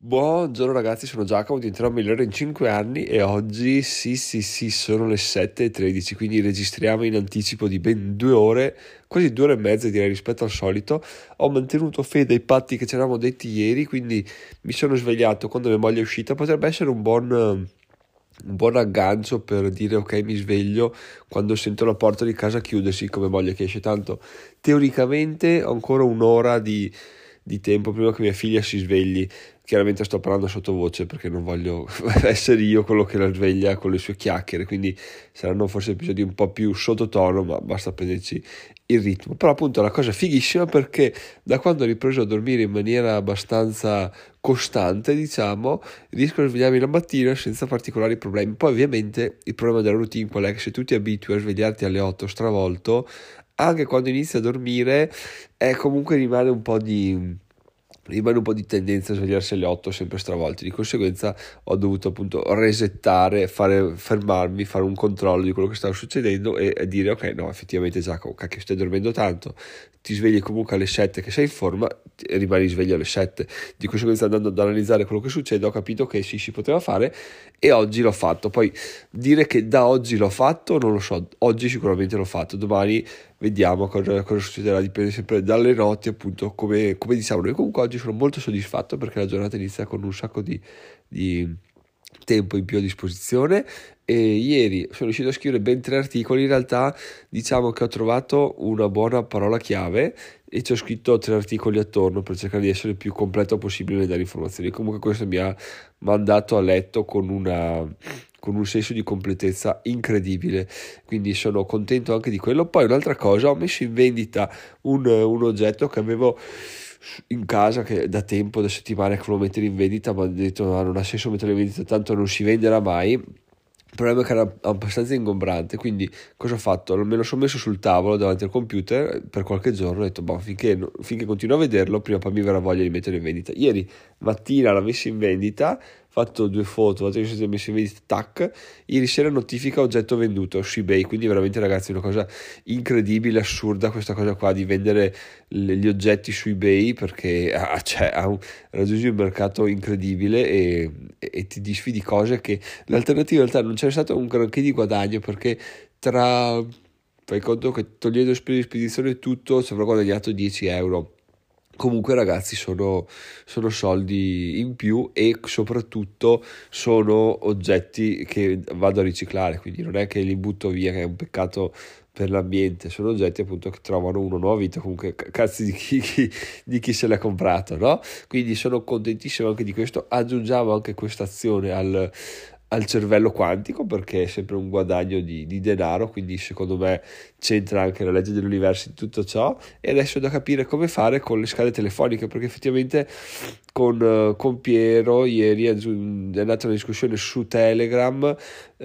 Buongiorno ragazzi, sono Giacomo, diventerò migliore in 5 anni e oggi sì, sono le 7:13, quindi registriamo in anticipo di ben 2 ore, quasi 2 ore e mezza direi rispetto al solito. Ho mantenuto fede ai patti che ci eravamo detti ieri, quindi mi sono svegliato quando mia moglie è uscita. Potrebbe essere un buon aggancio per dire ok, mi sveglio quando sento la porta di casa chiudersi come moglie che esce. Tanto teoricamente ho ancora un'ora di tempo prima che mia figlia si svegli. Chiaramente sto parlando sottovoce perché non voglio essere io quello che la sveglia con le sue chiacchiere, quindi saranno forse episodi un po' più sottotono, ma basta prenderci il ritmo. Però appunto è una cosa fighissima perché da quando ho ripreso a dormire in maniera abbastanza costante, diciamo, riesco a svegliarmi la mattina senza particolari problemi. Poi ovviamente il problema della routine qual è? Che se tu ti abitui a svegliarti alle 8 stravolto, anche quando inizi a dormire, comunque rimane un po' di tendenza a svegliarsi alle 8 sempre stravolti. Di conseguenza ho dovuto appunto resettare, fermarmi, fare un controllo di quello che stava succedendo e dire ok, no, effettivamente Giacomo, cacchio, stai dormendo tanto, ti svegli comunque alle 7 che sei in forma, rimani sveglio alle 7. Di conseguenza, andando ad analizzare quello che succede, ho capito che sì, si poteva fare e oggi l'ho fatto. Poi dire che da oggi l'ho fatto non lo so, oggi sicuramente l'ho fatto, domani vediamo cosa succederà, dipende sempre dalle notti, appunto, come diciamo noi. Comunque oggi sono molto soddisfatto perché la giornata inizia con un sacco di tempo in più a disposizione e ieri sono riuscito a scrivere ben 3 articoli. In realtà diciamo che ho trovato una buona parola chiave e ci ho scritto 3 articoli attorno per cercare di essere il più completo possibile nelle dare informazioni. Comunque questo mi ha mandato a letto con un senso di completezza incredibile, quindi sono contento anche di quello. Poi un'altra cosa, ho messo in vendita un oggetto che avevo in casa, che da tempo, da settimane che volevo mettere in vendita, ma ho detto no, non ha senso metterlo in vendita, tanto non si venderà mai. Il problema è che era abbastanza ingombrante, quindi cosa ho fatto? Me lo sono messo sul tavolo davanti al computer per qualche giorno, ho detto boh, finché continuo a vederlo, prima o poi mi verrà voglia di metterlo in vendita. Ieri mattina l'ho messo in vendita, fatto 2 foto, ho messo in vendita, tac, ieri sera notifica oggetto venduto su eBay. Quindi veramente ragazzi è una cosa incredibile, assurda questa cosa qua di vendere gli oggetti su eBay, perché raggiungi un mercato incredibile e ti disfi di cose che l'alternativa in realtà non c'è stato un granché di guadagno, perché fai conto che togliendo spese di spedizione e tutto ci avrò guadagnato 10 euro. Comunque ragazzi sono soldi in più e soprattutto sono oggetti che vado a riciclare, quindi non è che li butto via, che è un peccato per l'ambiente. Sono oggetti appunto che trovano una nuova vita, comunque cazzi di chi se l'ha comprato, no? Quindi sono contentissimo anche di questo. Aggiungiamo anche questa azione al cervello quantico, perché è sempre un guadagno di denaro, quindi secondo me c'entra anche la legge dell'universo in tutto ciò. E adesso è da capire come fare con le scale telefoniche, perché effettivamente con Piero ieri è nata una discussione su Telegram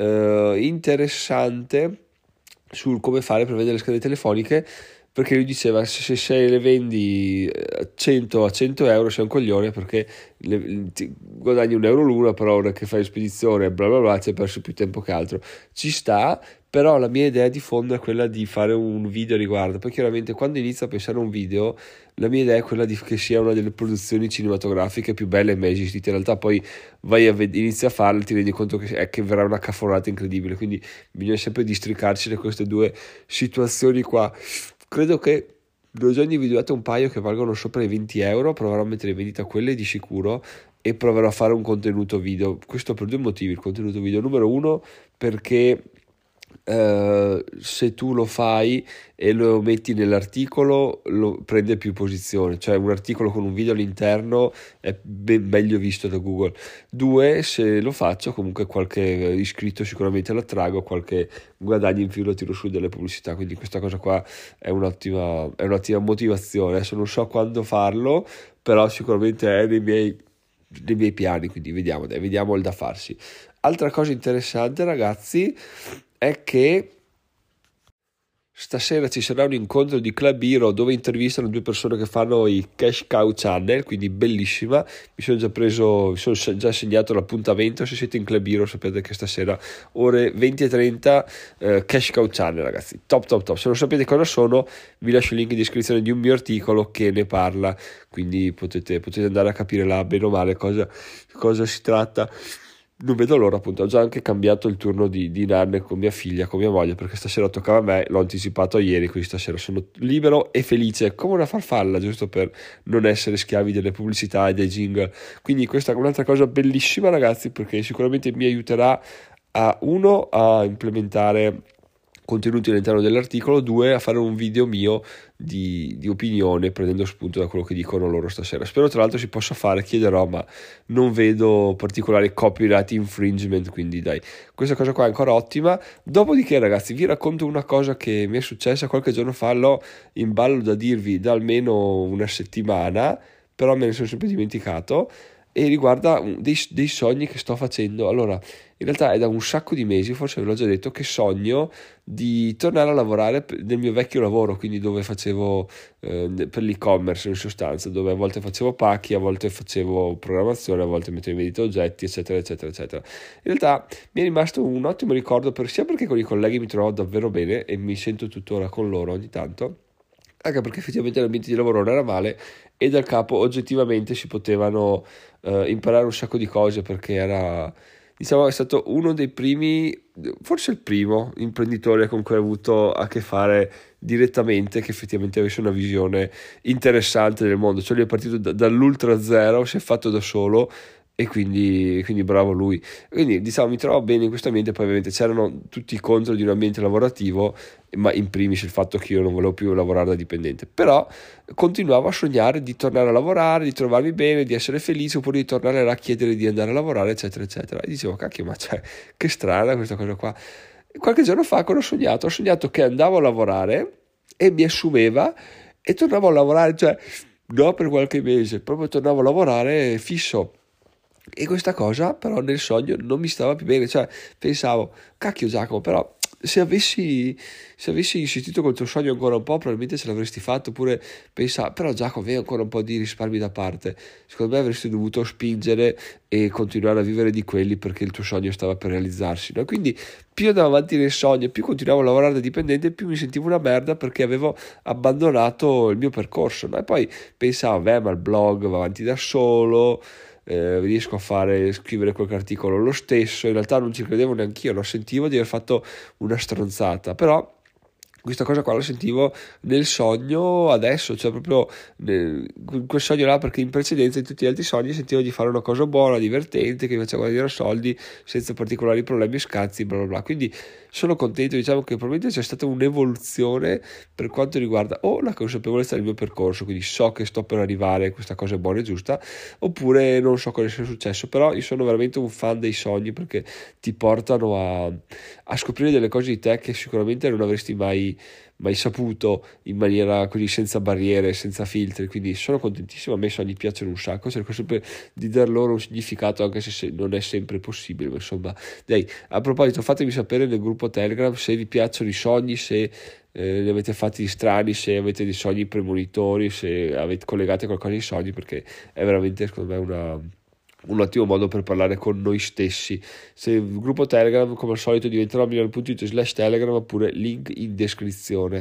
interessante sul come fare per vendere le schede telefoniche, perché lui diceva se le vendi 100 a 100 euro sei un coglione, perché guadagni 1 euro l'una, però ora che fai spedizione bla bla bla ci hai perso più tempo che altro. Ci sta, però la mia idea di fondo è quella di fare un video a riguardo. Poi chiaramente quando inizio a pensare a un video, la mia idea è quella di che sia una delle produzioni cinematografiche più belle mai esistite. In realtà poi inizi a farlo e ti rendi conto che verrà una cafonata incredibile, quindi bisogna sempre districarci da queste due situazioni qua. Credo che ne ho già individuato un paio che valgono sopra i 20 euro, proverò a mettere in vendita quelle di sicuro e proverò a fare un contenuto video. Questo per 2 motivi: il contenuto video numero uno perché se tu lo fai e lo metti nell'articolo lo prende più posizione, cioè un articolo con un video all'interno è ben meglio visto da Google. Due, se lo faccio comunque qualche iscritto sicuramente lo attrago, qualche guadagno in più lo tiro su delle pubblicità, quindi questa cosa qua è un'ottima motivazione. Adesso non so quando farlo, però sicuramente è nei miei piani, quindi vediamo il da farsi. Altra cosa interessante ragazzi è che Stasera ci sarà un incontro di Club Hero dove intervistano due persone che fanno i Cash Cow Channel, quindi bellissima. Mi sono già segnato l'appuntamento. Se siete in Club Hero sapete che stasera ore 20:30 Cash Cow Channel, ragazzi, top top top. Se non sapete cosa sono, vi lascio il link in descrizione di un mio articolo che ne parla, quindi potete andare a capire là bene o male cosa si tratta. Non vedo l'ora, appunto. Ho già anche cambiato il turno di nanne con mia figlia, con mia moglie, perché stasera toccava a me, l'ho anticipato ieri, quindi stasera sono libero e felice come una farfalla, giusto per non essere schiavi delle pubblicità e dei jingle. Quindi questa è un'altra cosa bellissima, ragazzi, perché sicuramente mi aiuterà a implementare contenuti all'interno dell'articolo, 2 a fare un video mio di opinione prendendo spunto da quello che dicono loro stasera. Spero tra l'altro si possa fare, chiederò, ma non vedo particolari copyright infringement, quindi dai, questa cosa qua è ancora ottima. Dopodiché, ragazzi, vi racconto una cosa che mi è successa qualche giorno fa, l'ho in ballo da dirvi da almeno una settimana, però me ne sono sempre dimenticato, e riguarda dei sogni che sto facendo. Allora, in realtà è da un sacco di mesi, forse ve l'ho già detto, che sogno di tornare a lavorare nel mio vecchio lavoro, quindi dove facevo per l'e-commerce, in sostanza, dove a volte facevo pacchi, a volte facevo programmazione, a volte mettevo in vendita oggetti, eccetera, eccetera, eccetera. In realtà mi è rimasto un ottimo ricordo, sia perché con i colleghi mi trovo davvero bene e mi sento tuttora con loro ogni tanto, anche perché effettivamente l'ambiente di lavoro non era male e dal capo oggettivamente si potevano imparare un sacco di cose, perché era, diciamo, è stato uno dei primi, forse il primo imprenditore con cui ho avuto a che fare direttamente, che effettivamente avesse una visione interessante del mondo. Cioè lui è partito dall'ultra zero, si è fatto da solo, e quindi bravo lui. Quindi diciamo mi trovo bene in questo ambiente. Poi ovviamente c'erano tutti i contro di un ambiente lavorativo, ma in primis il fatto che io non volevo più lavorare da dipendente, però continuavo a sognare di tornare a lavorare, di trovarmi bene, di essere felice, oppure di tornare là a chiedere di andare a lavorare, eccetera eccetera. E dicevo, cacchio, ma cioè, che strana questa cosa qua. Qualche giorno fa cosa ho sognato che andavo a lavorare e mi assumeva e tornavo a lavorare, cioè no, per qualche mese, proprio tornavo a lavorare fisso. E questa cosa però nel sogno non mi stava più bene, cioè pensavo, cacchio Giacomo, però se avessi insistito col tuo sogno ancora un po', probabilmente ce l'avresti fatto. Oppure pensavo, però Giacomo, avevi ancora un po' di risparmi da parte, secondo me avresti dovuto spingere e continuare a vivere di quelli, perché il tuo sogno stava per realizzarsi, no? Quindi più andavo avanti nel sogno, più continuavo a lavorare da dipendente, più mi sentivo una merda, perché avevo abbandonato il mio percorso, no? E poi pensavo, ma il blog va avanti da solo, riesco a scrivere qualche articolo lo stesso. In realtà non ci credevo neanch'io, no? Sentivo di aver fatto una stronzata, però questa cosa qua la sentivo nel sogno adesso, cioè proprio quel sogno là, perché in precedenza in tutti gli altri sogni sentivo di fare una cosa buona, divertente, che mi faceva guadagnare soldi senza particolari problemi e scazzi, bla bla bla. Quindi sono contento, diciamo che probabilmente c'è stata un'evoluzione per quanto riguarda la consapevolezza del mio percorso, quindi so che sto per arrivare, questa cosa è buona e giusta, oppure non so cosa sia successo. Però io sono veramente un fan dei sogni, perché ti portano a scoprire delle cose di te che sicuramente non avresti mai saputo in maniera così, senza barriere, senza filtri. Quindi sono contentissimo, a me i sogni piacciono un sacco, cerco sempre di dar loro un significato, anche se non è sempre possibile, ma insomma dai. A proposito, fatemi sapere nel gruppo Telegram se vi piacciono i sogni, se ne avete fatti di strani, se avete dei sogni premonitori, se avete collegate qualcosa ai sogni, perché è veramente, secondo me, un ottimo modo per parlare con noi stessi. Se il gruppo Telegram, come al solito, diventerà milano.it/telegram, oppure link in descrizione.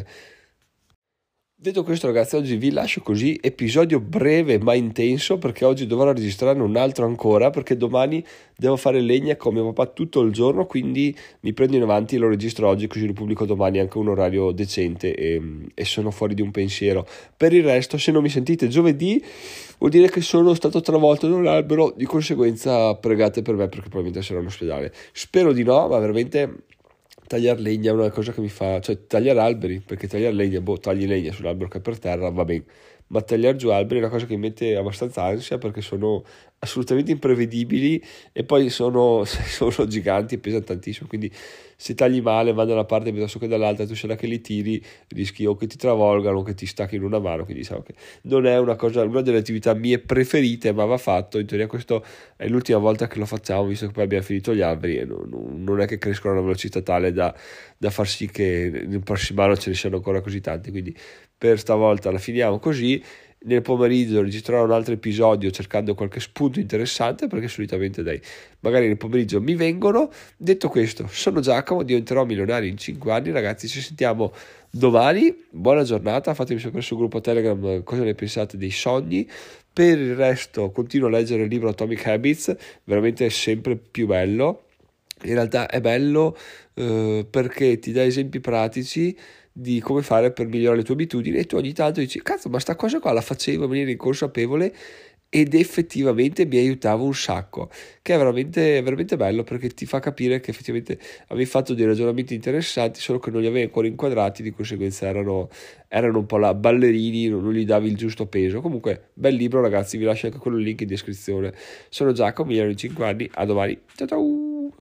Detto questo, ragazzi, oggi vi lascio così, episodio breve ma intenso, perché oggi dovrò registrarne un altro ancora, perché domani devo fare legna con mio papà tutto il giorno, quindi mi prendo in avanti e lo registro oggi, così lo pubblico domani anche un orario decente, e sono fuori di un pensiero. Per il resto, se non mi sentite giovedì, vuol dire che sono stato travolto da un albero, di conseguenza pregate per me, perché probabilmente sarò in ospedale. Spero di no, ma veramente tagliare legna è una cosa che mi fa, cioè tagliare alberi, perché tagliare legna, tagli legna sull'albero che è per terra, va bene, ma tagliare giù alberi è una cosa che mi mette abbastanza ansia perché sono assolutamente imprevedibili e poi sono giganti e pesano tantissimo, quindi se tagli male, vanno da una parte piuttosto che dall'altra, tu sei là che li tiri, rischi o che ti travolgano o che ti stacchino una mano, quindi diciamo che non è una delle attività mie preferite, ma va fatto. In teoria questo è l'ultima volta che lo facciamo, visto che poi abbiamo finito gli alberi e non è che crescono a una velocità tale da far sì che nel prossimo anno ce ne siano ancora così tanti, quindi per stavolta la finiamo così. Nel pomeriggio registrerò un altro episodio cercando qualche spunto interessante, perché solitamente magari nel pomeriggio mi vengono. Detto questo, sono Giacomo, diventerò milionario in 5 anni, ragazzi, ci sentiamo domani, buona giornata, fatemi sapere sul gruppo Telegram cosa ne pensate dei sogni. Per il resto continuo a leggere il libro Atomic Habits, veramente è sempre più bello. In realtà è bello perché ti dà esempi pratici di come fare per migliorare le tue abitudini e tu ogni tanto dici cazzo, ma sta cosa qua la facevo in maniera inconsapevole ed effettivamente mi aiutava un sacco, che è veramente, veramente bello, perché ti fa capire che effettivamente avevi fatto dei ragionamenti interessanti, solo che non li avevi ancora inquadrati, di conseguenza erano un po' la ballerini, non gli davi il giusto peso. Comunque bel libro, ragazzi, vi lascio anche quello il link in descrizione. Sono Giacomo, mi ero in 5 anni, a domani, ciao ciao.